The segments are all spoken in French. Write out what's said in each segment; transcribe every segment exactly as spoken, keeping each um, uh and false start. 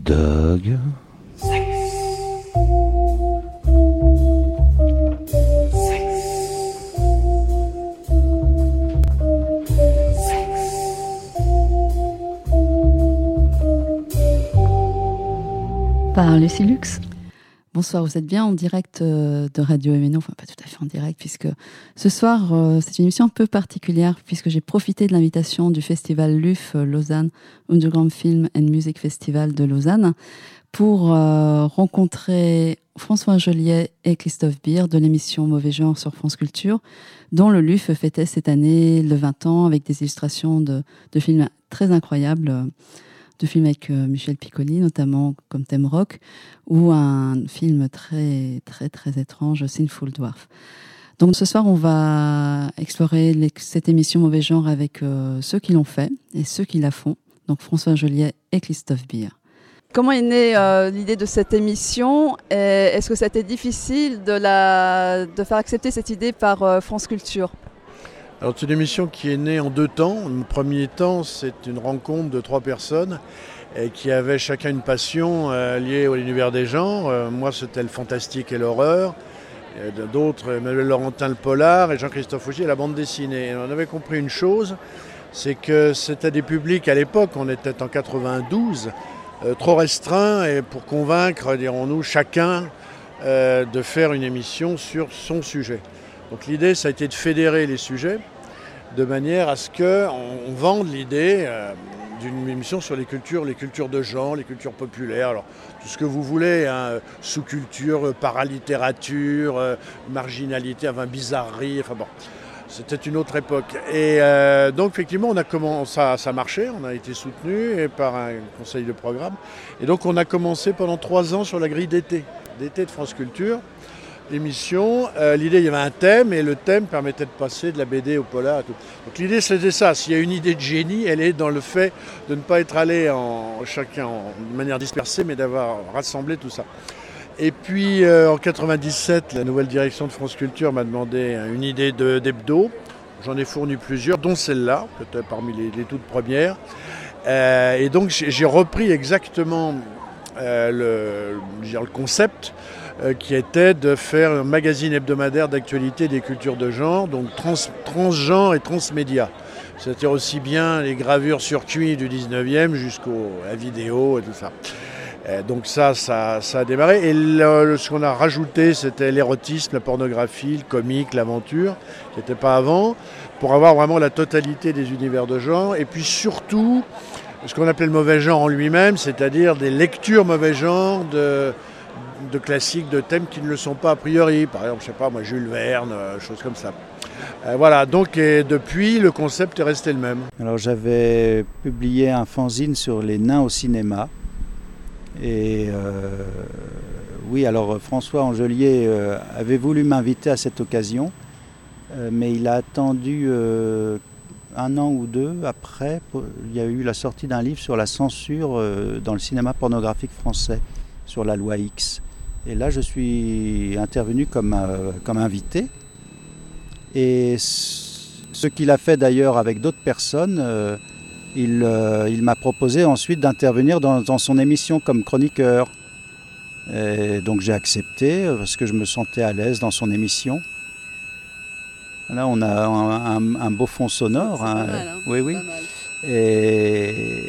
Dog. Par Lucie Lux. Bonsoir, vous êtes bien en direct de Radio M N O, enfin pas tout à fait en direct, puisque ce soir, c'est une émission un peu particulière, puisque j'ai profité de l'invitation du festival L U F Lausanne, Underground Film and Music Festival de Lausanne, pour euh, rencontrer François Joliet et Christophe Beer de l'émission Mauvais Genre sur France Culture, dont le L U F fêtait cette année le vingt ans avec des illustrations de, de films très incroyables, de films avec euh, Michel Piccoli, notamment comme thème rock, ou un film très, très, très étrange, Sinful Dwarf. Donc ce soir, on va explorer les, cette émission Mauvais Genre avec euh, ceux qui l'ont fait et ceux qui la font, donc François Joliet et Christophe Beer. Comment est née euh, l'idée de cette émission et est-ce que ça a été difficile de, la, de faire accepter cette idée par euh, France Culture ? Alors, c'est une émission qui est née en deux temps. Le premier temps, c'est une rencontre de trois personnes et qui avaient chacun une passion euh, liée à l'univers des genres. Euh, moi, c'était le fantastique et l'horreur. Et d'autres, Emmanuel Laurentin, le polar, et Jean-Christophe Augier, la bande dessinée. Et on avait compris une chose, c'est que c'était des publics à l'époque, on était en quatre-vingt-douze, euh, trop restreints et pour convaincre, dirons-nous, chacun euh, de faire une émission sur son sujet. Donc l'idée, ça a été de fédérer les sujets, de manière à ce qu'on vende l'idée euh, d'une émission sur les cultures, les cultures de genre, les cultures populaires, alors tout ce que vous voulez, hein, sous-culture, paralittérature, euh, marginalité, enfin bizarrerie, enfin bon, c'était une autre époque. Et euh, donc effectivement, on a commencé, ça, ça marchait, on a été soutenu par un conseil de programme, et donc on a commencé pendant trois ans sur la grille d'été, d'été de France Culture. L'émission, euh, l'idée, il y avait un thème et le thème permettait de passer de la B D au polar et tout. Donc l'idée, c'était ça. S'il y a une idée de génie, elle est dans le fait de ne pas être allé en chacun en, de manière dispersée, mais d'avoir rassemblé tout ça. Et puis euh, en quatre-vingt-dix-sept, la nouvelle direction de France Culture m'a demandé une idée de, d'hebdo. J'en ai fourni plusieurs, dont celle-là, qui était parmi les, les toutes premières. Euh, et donc j'ai, j'ai repris exactement euh, le, je veux dire, le concept. Euh, qui était de faire un magazine hebdomadaire d'actualité des cultures de genre, donc trans, transgenre et transmédia. C'était aussi bien les gravures sur cuivre du dix-neuvième jusqu'à la vidéo et tout ça. Et donc ça, ça, ça a démarré. Et le, le, ce qu'on a rajouté, c'était l'érotisme, la pornographie, le comique, l'aventure, qui n'était pas avant, pour avoir vraiment la totalité des univers de genre. Et puis surtout, ce qu'on appelait le mauvais genre en lui-même, c'est-à-dire des lectures mauvais genre de... de classiques, de thèmes qui ne le sont pas a priori. Par exemple, je sais pas, moi, Jules Verne, euh, choses comme ça. Euh, voilà, donc et depuis, le concept est resté le même. Alors j'avais publié un fanzine sur les nains au cinéma. Et euh, oui, alors François Angelier euh, avait voulu m'inviter à cette occasion, euh, mais il a attendu euh, un an ou deux après. Pour, il y a eu la sortie d'un livre sur la censure euh, dans le cinéma pornographique français, sur la loi X. Et là, je suis intervenu comme, euh, comme invité. Et ce qu'il a fait d'ailleurs avec d'autres personnes, euh, il, euh, il m'a proposé ensuite d'intervenir dans, dans son émission comme chroniqueur. Et donc j'ai accepté parce que je me sentais à l'aise dans son émission. Là, on a un, un, un beau fond sonore. C'est hein. pas mal, hein. Oui, oui. Pas mal. Et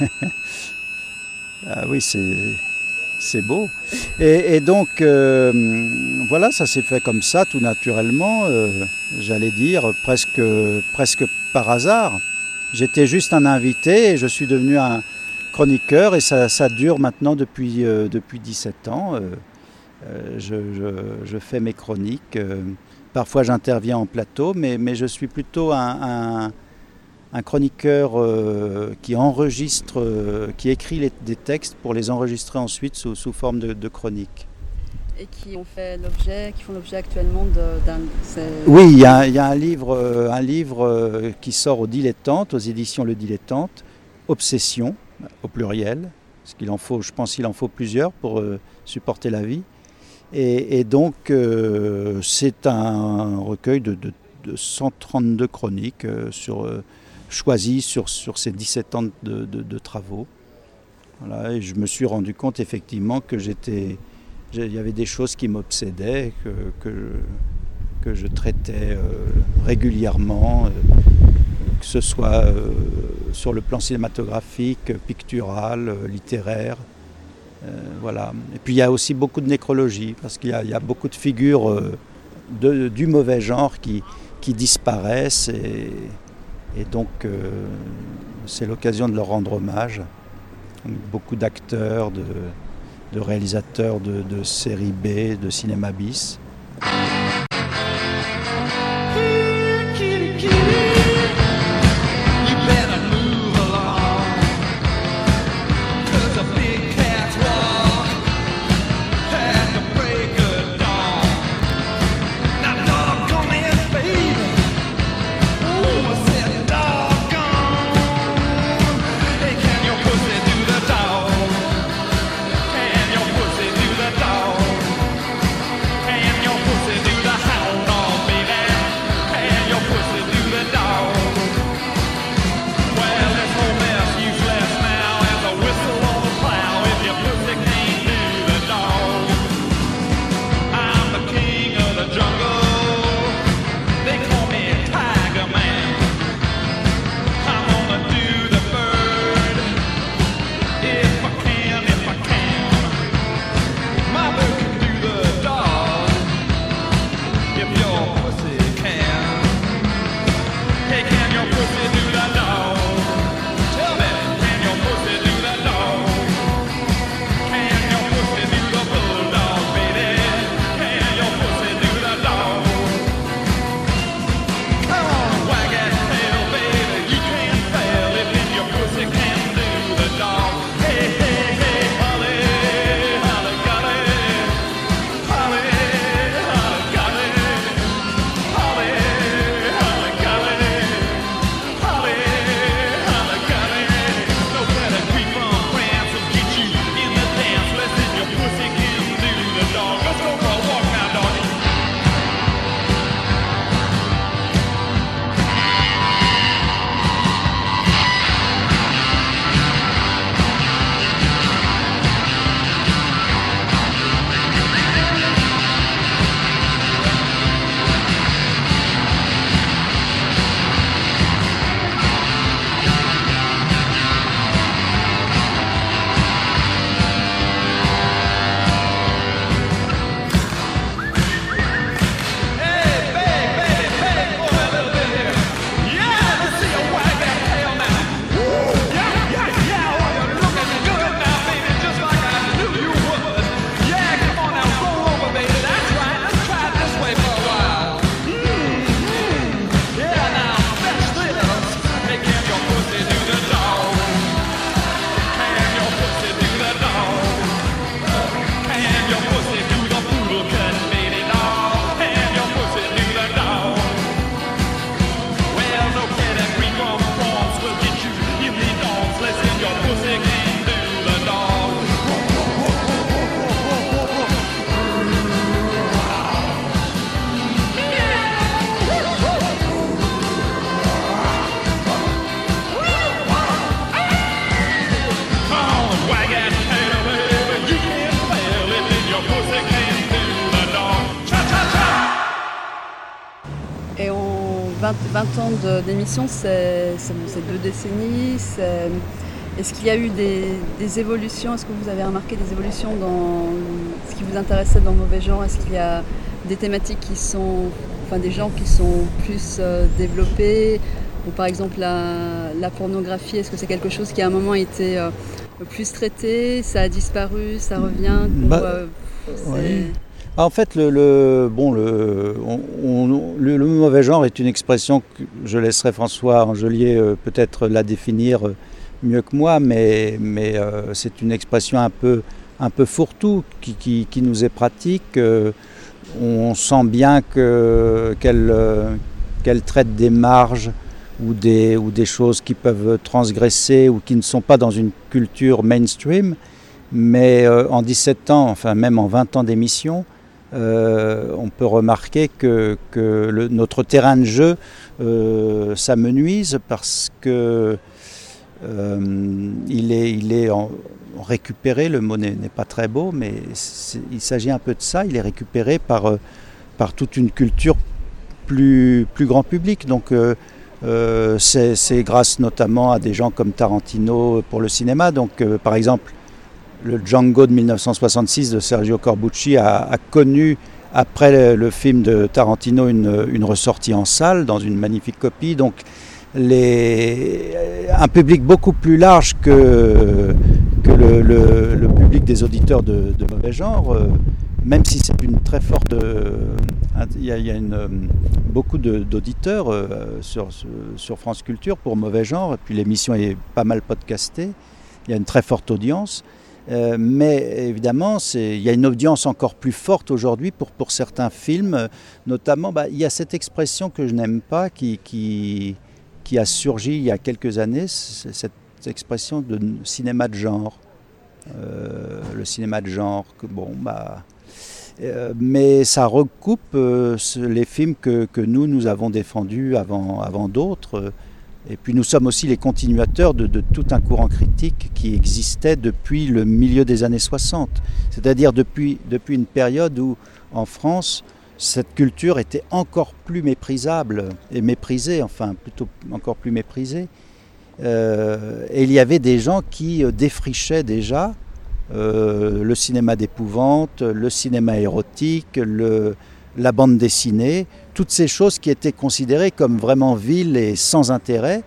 ah oui, c'est... C'est beau. Et, et donc, euh, voilà, ça s'est fait comme ça, tout naturellement, euh, j'allais dire, presque, presque par hasard. J'étais juste un invité et je suis devenu un chroniqueur et ça, ça dure maintenant depuis, euh, depuis dix-sept ans. Euh, euh, je, je, je fais mes chroniques. Euh, parfois, j'interviens en plateau, mais, mais je suis plutôt un... un un chroniqueur euh, qui enregistre, euh, qui écrit les, des textes pour les enregistrer ensuite sous, sous forme de, de chronique. Et qui ont fait l'objet, qui font l'objet actuellement de, d'un... C'est... Oui, il y a, il y a un livre, euh, un livre euh, qui sort au Dilettante, aux éditions Le Dilettante, Obsession, au pluriel, parce qu'il en faut, je pense qu'il en faut plusieurs pour euh, supporter la vie. Et, et donc, euh, c'est un recueil de, de, de cent trente-deux chroniques euh, sur... Euh, choisi sur, sur ces dix-sept ans de, de, de travaux. Voilà, et je me suis rendu compte effectivement que j'étais, il y avait des choses qui m'obsédaient, que, que, que je traitais euh, régulièrement, euh, que ce soit euh, sur le plan cinématographique, pictural, euh, littéraire. Euh, voilà. Et puis il y a aussi beaucoup de nécrologie, parce qu'il y a, il y a beaucoup de figures euh, de, du mauvais genre qui, qui disparaissent, et, et donc euh, c'est l'occasion de leur rendre hommage. Beaucoup d'acteurs, de, de réalisateurs de, de série B, de cinéma bis. vingt ans d'émission, c'est deux décennies. Est-ce qu'il y a eu des, des évolutions? Est-ce que vous avez remarqué des évolutions dans ce qui vous intéressait dans Mauvais Genre? Est-ce qu'il y a des thématiques qui sont, enfin des genres qui sont plus euh, développés? Ou par exemple la, la pornographie, est-ce que c'est quelque chose qui à un moment a été euh, plus traité? Ça a disparu, ça revient? Bah, ou, euh, oui. En fait, le, le, bon, le, on, on, le, le mauvais genre est une expression que je laisserai François Angelier euh, peut-être la définir euh, mieux que moi, mais, mais euh, c'est une expression un peu, un peu fourre-tout qui, qui, qui nous est pratique. Euh, on sent bien que, qu'elle, euh, qu'elle traite des marges ou des, ou des choses qui peuvent transgresser ou qui ne sont pas dans une culture mainstream, mais euh, en dix-sept ans, enfin même en vingt ans d'émission, Euh, on peut remarquer que, que le, notre terrain de jeu euh, s'amenuise parce que euh, il est, il est en, récupéré, le mot n'est, n'est pas très beau, mais il s'agit un peu de ça, il est récupéré par, euh, par toute une culture plus, plus grand public. Donc euh, euh, c'est, c'est grâce notamment à des gens comme Tarantino pour le cinéma. Donc euh, par exemple, le Django de dix-neuf cent soixante-six de Sergio Corbucci a, a connu, après le, le film de Tarantino, une, une ressortie en salle dans une magnifique copie. Donc les, un public beaucoup plus large que, que le, le, le public des auditeurs de, de mauvais genre, euh, même si c'est une très forte... Euh, il y a, il y a une, beaucoup de, d'auditeurs euh, sur, sur France Culture pour mauvais genre, et puis l'émission est pas mal podcastée, il y a une très forte audience. Euh, mais évidemment, c'est, il y a une audience encore plus forte aujourd'hui pour, pour certains films. Notamment, bah, il y a cette expression que je n'aime pas qui, qui, qui a surgi il y a quelques années, cette expression de cinéma de genre. Euh, le cinéma de genre, que, bon, bah, euh, mais ça recoupe euh, les films que, que nous, nous avons défendus avant, avant d'autres. Et puis nous sommes aussi les continuateurs de, de tout un courant critique qui existait depuis le milieu des années soixante. C'est-à-dire depuis, depuis une période où, en France, cette culture était encore plus méprisable et méprisée, enfin plutôt encore plus méprisée. Euh, et il y avait des gens qui défrichaient déjà euh, le cinéma d'épouvante, le cinéma érotique, le, la bande dessinée, toutes ces choses qui étaient considérées comme vraiment viles et sans intérêt.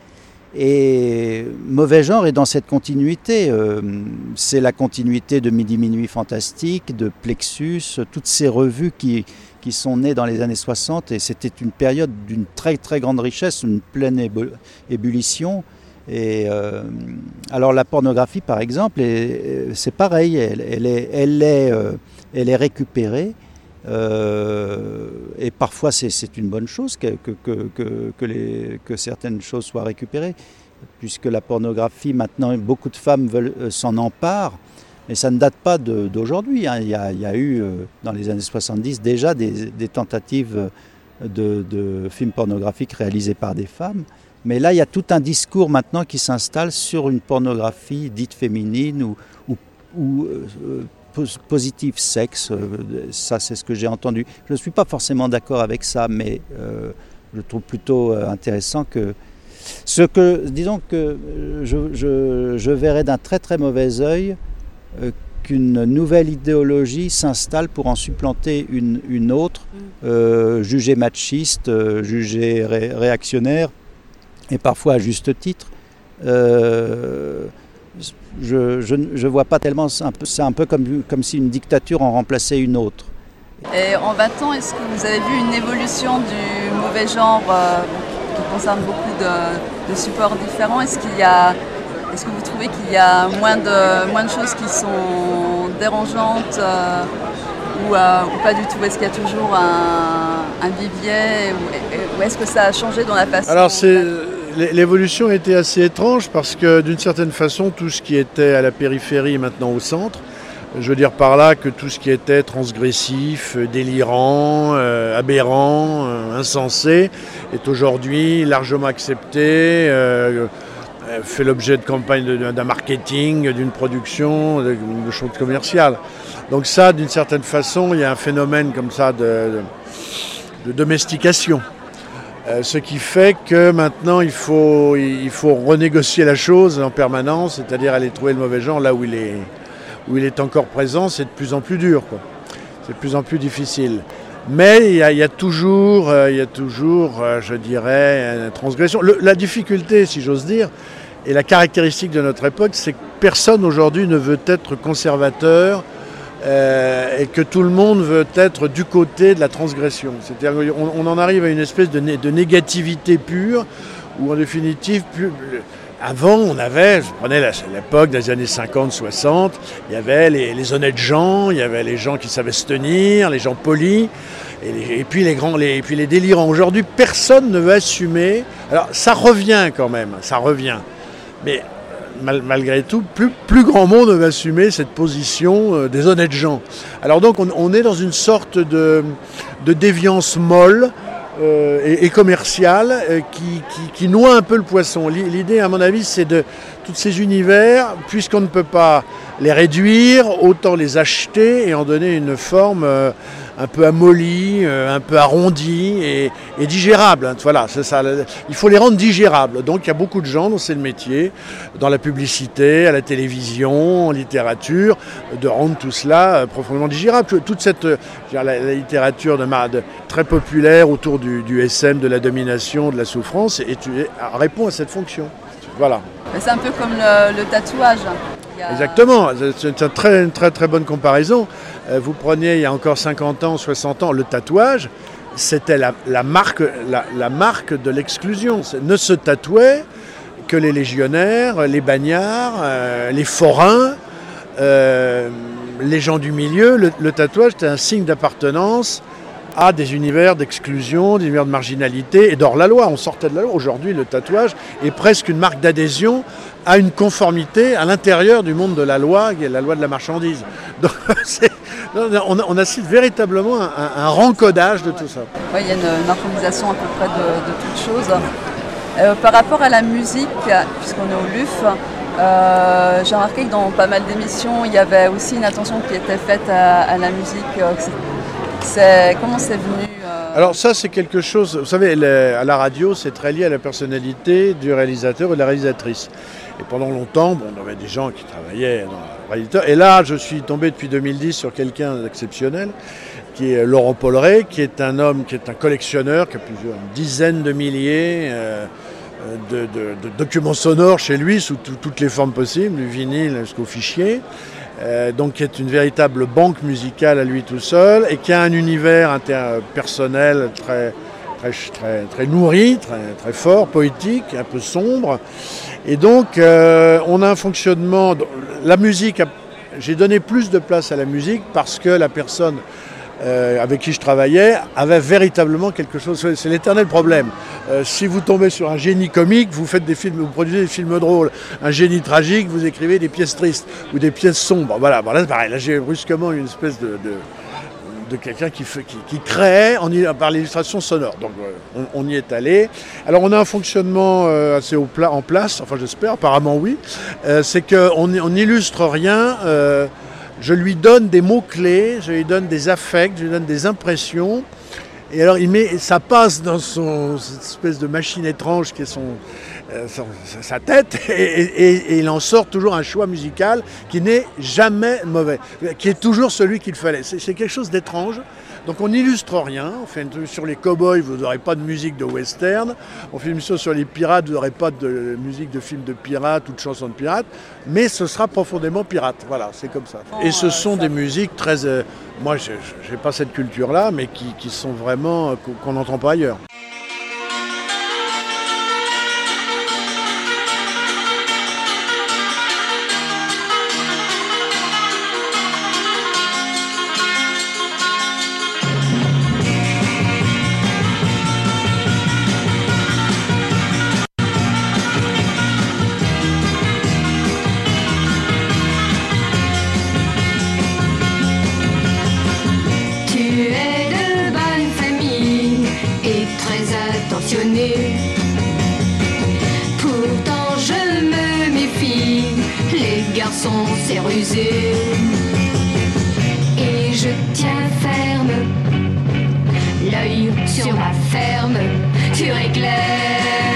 Et Mauvais Genre est dans cette continuité. Euh, c'est la continuité de Midi Minuit Fantastique, de Plexus, toutes ces revues qui, qui sont nées dans les années soixante. Et c'était une période d'une très très grande richesse, une pleine ébu- ébullition. Et euh, alors la pornographie, par exemple, est, c'est pareil. Elle, elle, est, elle, est, euh, elle est récupérée. Euh, et parfois c'est, c'est une bonne chose que, que, que, que, les, que certaines choses soient récupérées, puisque la pornographie, maintenant, beaucoup de femmes veulent, euh, s'en emparent, mais ça ne date pas de, d'aujourd'hui. Hein. Il y a, il y a eu, euh, dans les années soixante-dix, déjà des, des tentatives de, de films pornographiques réalisés par des femmes, mais là, il y a tout un discours maintenant qui s'installe sur une pornographie dite féminine ou, ou, ou euh, positive sexe, ça c'est ce que j'ai entendu. Je ne suis pas forcément d'accord avec ça, mais euh, je trouve plutôt intéressant que ce que, disons que je, je, je verrais d'un très très mauvais œil euh, qu'une nouvelle idéologie s'installe pour en supplanter une, une autre, euh, jugée machiste, euh, jugée ré, réactionnaire, et parfois à juste titre. Euh, Je ne vois pas tellement, c'est un peu, c'est un peu comme, comme si une dictature en remplaçait une autre. Et en vingt ans, est-ce que vous avez vu une évolution du mauvais genre euh, qui concerne beaucoup de, de supports différents? Est-ce qu'il y a, est-ce que vous trouvez qu'il y a moins de, moins de choses qui sont dérangeantes euh, ou, euh, ou pas du tout? Est-ce qu'il y a toujours un, un vivier ou, ou est-ce que ça a changé dans la façon? Alors c'est... L'évolution a été assez étrange parce que d'une certaine façon, tout ce qui était à la périphérie est maintenant au centre. Je veux dire par là que tout ce qui était transgressif, délirant, euh, aberrant, euh, insensé est aujourd'hui largement accepté, euh, fait l'objet de campagnes de, d'un marketing, d'une production, de, de choses commerciales. Donc ça, d'une certaine façon, il y a un phénomène comme ça de, de, de domestication. Euh, ce qui fait que maintenant il faut, il faut renégocier la chose en permanence, c'est-à-dire aller trouver le mauvais genre là où il est, où il est encore présent, c'est de plus en plus dur, quoi. C'est de plus en plus difficile. Mais il y a, il y a toujours, euh, il y a toujours euh, je dirais, une transgression. Le, la difficulté, si j'ose dire, et la caractéristique de notre époque, c'est que personne aujourd'hui ne veut être conservateur, Euh, et que tout le monde veut être du côté de la transgression. C'est-à-dire qu'on on en arrive à une espèce de, né, de négativité pure, où en définitive, plus, avant on avait, je prenais la, l'époque des années cinquante soixante, il y avait les, les honnêtes gens, il y avait les gens qui savaient se tenir, les gens polis, et, les, et, puis, les grands, les, et puis les délirants. Aujourd'hui, personne ne veut assumer. Alors ça revient quand même, ça revient. Mais Mal, malgré tout, plus, plus grand monde va assumer cette position euh, des honnêtes gens. Alors donc on, on est dans une sorte de, de déviance molle euh, et, et commerciale euh, qui, qui, qui noie un peu le poisson. L'idée, à mon avis, c'est de tous ces univers, puisqu'on ne peut pas les réduire, autant les acheter et en donner une forme euh, un peu amollie, euh, un peu arrondie et, et digérable. Voilà, c'est ça. Il faut les rendre digérables. Donc il y a beaucoup de gens dont c'est le métier, dans la publicité, à la télévision, en littérature, de rendre tout cela euh, profondément digérable. Toute cette euh, la, la littérature de, de, très populaire autour du, du S M, de la domination, de la souffrance, et, et, et répond à cette fonction. Voilà. C'est un peu comme le, le tatouage. A... Exactement, c'est une très, une très très bonne comparaison. Vous preniez il y a encore cinquante ans, soixante ans, le tatouage, c'était la, la, marque, la, la marque de l'exclusion. Ne se tatouaient que les légionnaires, les bagnards, euh, les forains, euh, les gens du milieu. Le, le tatouage était un signe d'appartenance à des univers d'exclusion, des univers de marginalité et d'hors-la-loi. On sortait de la loi. Aujourd'hui, le tatouage est presque une marque d'adhésion à une conformité à l'intérieur du monde de la loi, qui est la loi de la marchandise. Donc, on, on assiste véritablement un, un rencodage de tout ça. Oui, il y a une, une harmonisation à peu près de, de toutes choses. Euh, par rapport à la musique, puisqu'on est au L U F, euh, j'ai remarqué que dans pas mal d'émissions, il y avait aussi une attention qui était faite à, à la musique. C'est, comment c'est venu euh... Alors ça, c'est quelque chose, vous savez, les, à la radio, c'est très lié à la personnalité du réalisateur ou de la réalisatrice. Et pendant longtemps, bon, on avait des gens qui travaillaient dans le réalisateur. Et là, je suis tombé depuis deux mille dix sur quelqu'un d'exceptionnel, qui est Laurent Polleret, qui est un homme, qui est un collectionneur, qui a plusieurs dizaines de milliers euh, de, de, de documents sonores chez lui, sous tout, toutes les formes possibles, du vinyle jusqu'au fichier. Euh, donc qui est une véritable banque musicale à lui tout seul et qui a un univers interpersonnel très, très, très, très nourri, très, très fort, poétique, un peu sombre. Et donc euh, on a un fonctionnement... La musique, a, j'ai donné plus de place à la musique parce que la personne euh, avec qui je travaillais avait véritablement quelque chose... C'est l'éternel problème. Euh, si vous tombez sur un génie comique, vous faites des films, vous produisez des films drôles. Un génie tragique, vous écrivez des pièces tristes ou des pièces sombres. Voilà, bon, là c'est pareil. Là j'ai brusquement une espèce de, de, de quelqu'un qui, qui, qui crée en, par l'illustration sonore. Donc euh, on, on y est allé. Alors on a un fonctionnement euh, assez au pla, en place, enfin j'espère, apparemment oui. Euh, c'est qu'on n'illustre rien. Euh, je lui donne des mots-clés, je lui donne des affects, je lui donne des impressions. Et alors, il met, ça passe dans son cette espèce de machine étrange qui est son, euh, son, sa tête, et, et, et il en sort toujours un choix musical qui n'est jamais mauvais, qui est toujours celui qu'il fallait. C'est, c'est quelque chose d'étrange. Donc on n'illustre rien. On fait une, sur les cow-boys, vous n'aurez pas de musique de western. On fait une émission sur les pirates, vous n'aurez pas de musique de film de pirates ou de chansons de pirates. Mais ce sera profondément pirate. Voilà, c'est comme ça. Et ce sont des musiques très... Euh, moi, je n'ai pas cette culture-là, mais qui, qui sont vraiment... qu'on n'entend pas ailleurs. Pourtant je me méfie, les garçons c'est rusé. Et je tiens ferme, l'œil sur ma ferme, tu éclaires.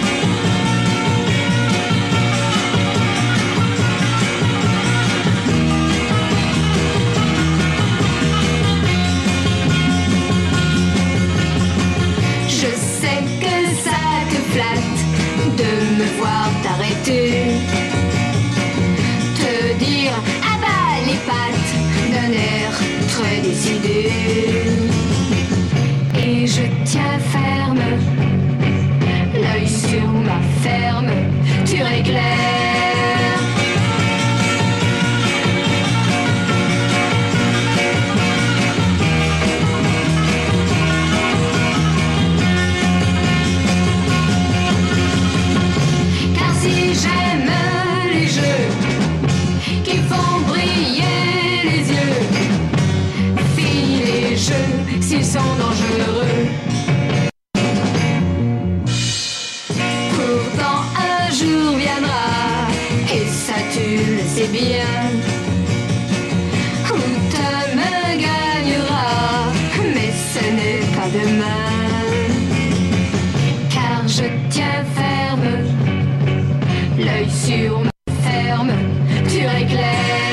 De me voir t'arrêter, te dire ah bah les pattes d'un air très décidé. Et je tiens ferme, l'œil sur ma ferme, tu éclaires. J'aime les jeux qui font briller les yeux. Fini les jeux sais bien où ta main gagnera, mais ce n'est pas demain, car je tiens ferme, l'œil sur ma ferme, tu éclaires.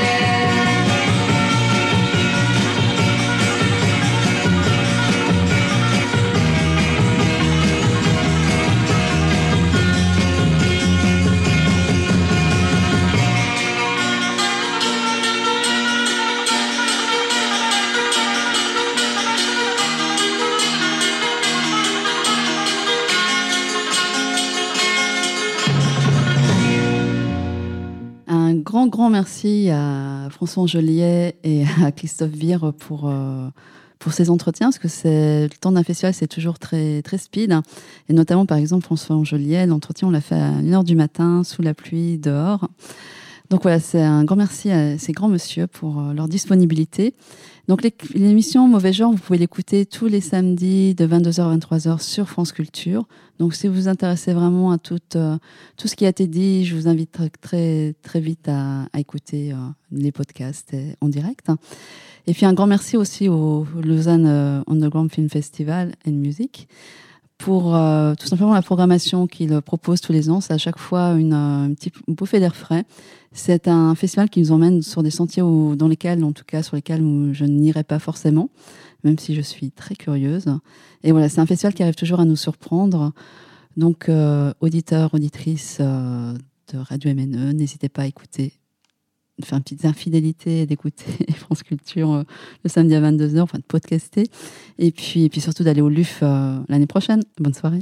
Un grand, grand merci à François Angelier et à Christophe Vire pour, euh, pour ces entretiens, parce que c'est, le temps d'un festival, c'est toujours très, très speed. Et notamment, par exemple, François Angelier, l'entretien, on l'a fait à une heure du matin, sous la pluie, dehors. Donc voilà, c'est un grand merci à ces grands messieurs pour euh, leur disponibilité. Donc l'émission Mauvais Genre, vous pouvez l'écouter tous les samedis de vingt-deux heures à vingt-trois heures sur France Culture. Donc si vous vous intéressez vraiment à tout, euh, tout ce qui a été dit, je vous invite très, très, très vite à, à écouter euh, les podcasts en direct. Et puis un grand merci aussi au Lausanne euh, Underground Film Festival and Music pour euh, tout simplement la programmation qu'il propose tous les ans. C'est à chaque fois une, euh, une petite bouffée d'air frais. C'est un festival qui nous emmène sur des sentiers où, dans lesquels, en tout cas, sur lesquels où je n'irai pas forcément, même si je suis très curieuse. Et voilà, c'est un festival qui arrive toujours à nous surprendre. Donc, euh, auditeurs, auditrices euh, de Radio M N E, n'hésitez pas à écouter, de faire une petite infidélité d'écouter France Culture euh, le samedi à vingt-deux heures, enfin de podcaster. Et puis, et puis surtout d'aller au L U F euh, l'année prochaine. Bonne soirée.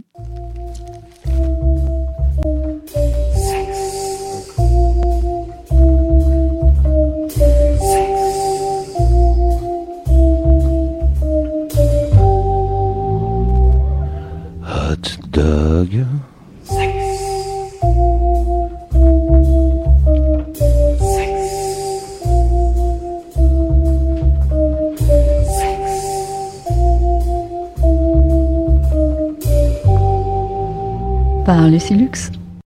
Hot dog. Par Lucie Luxe.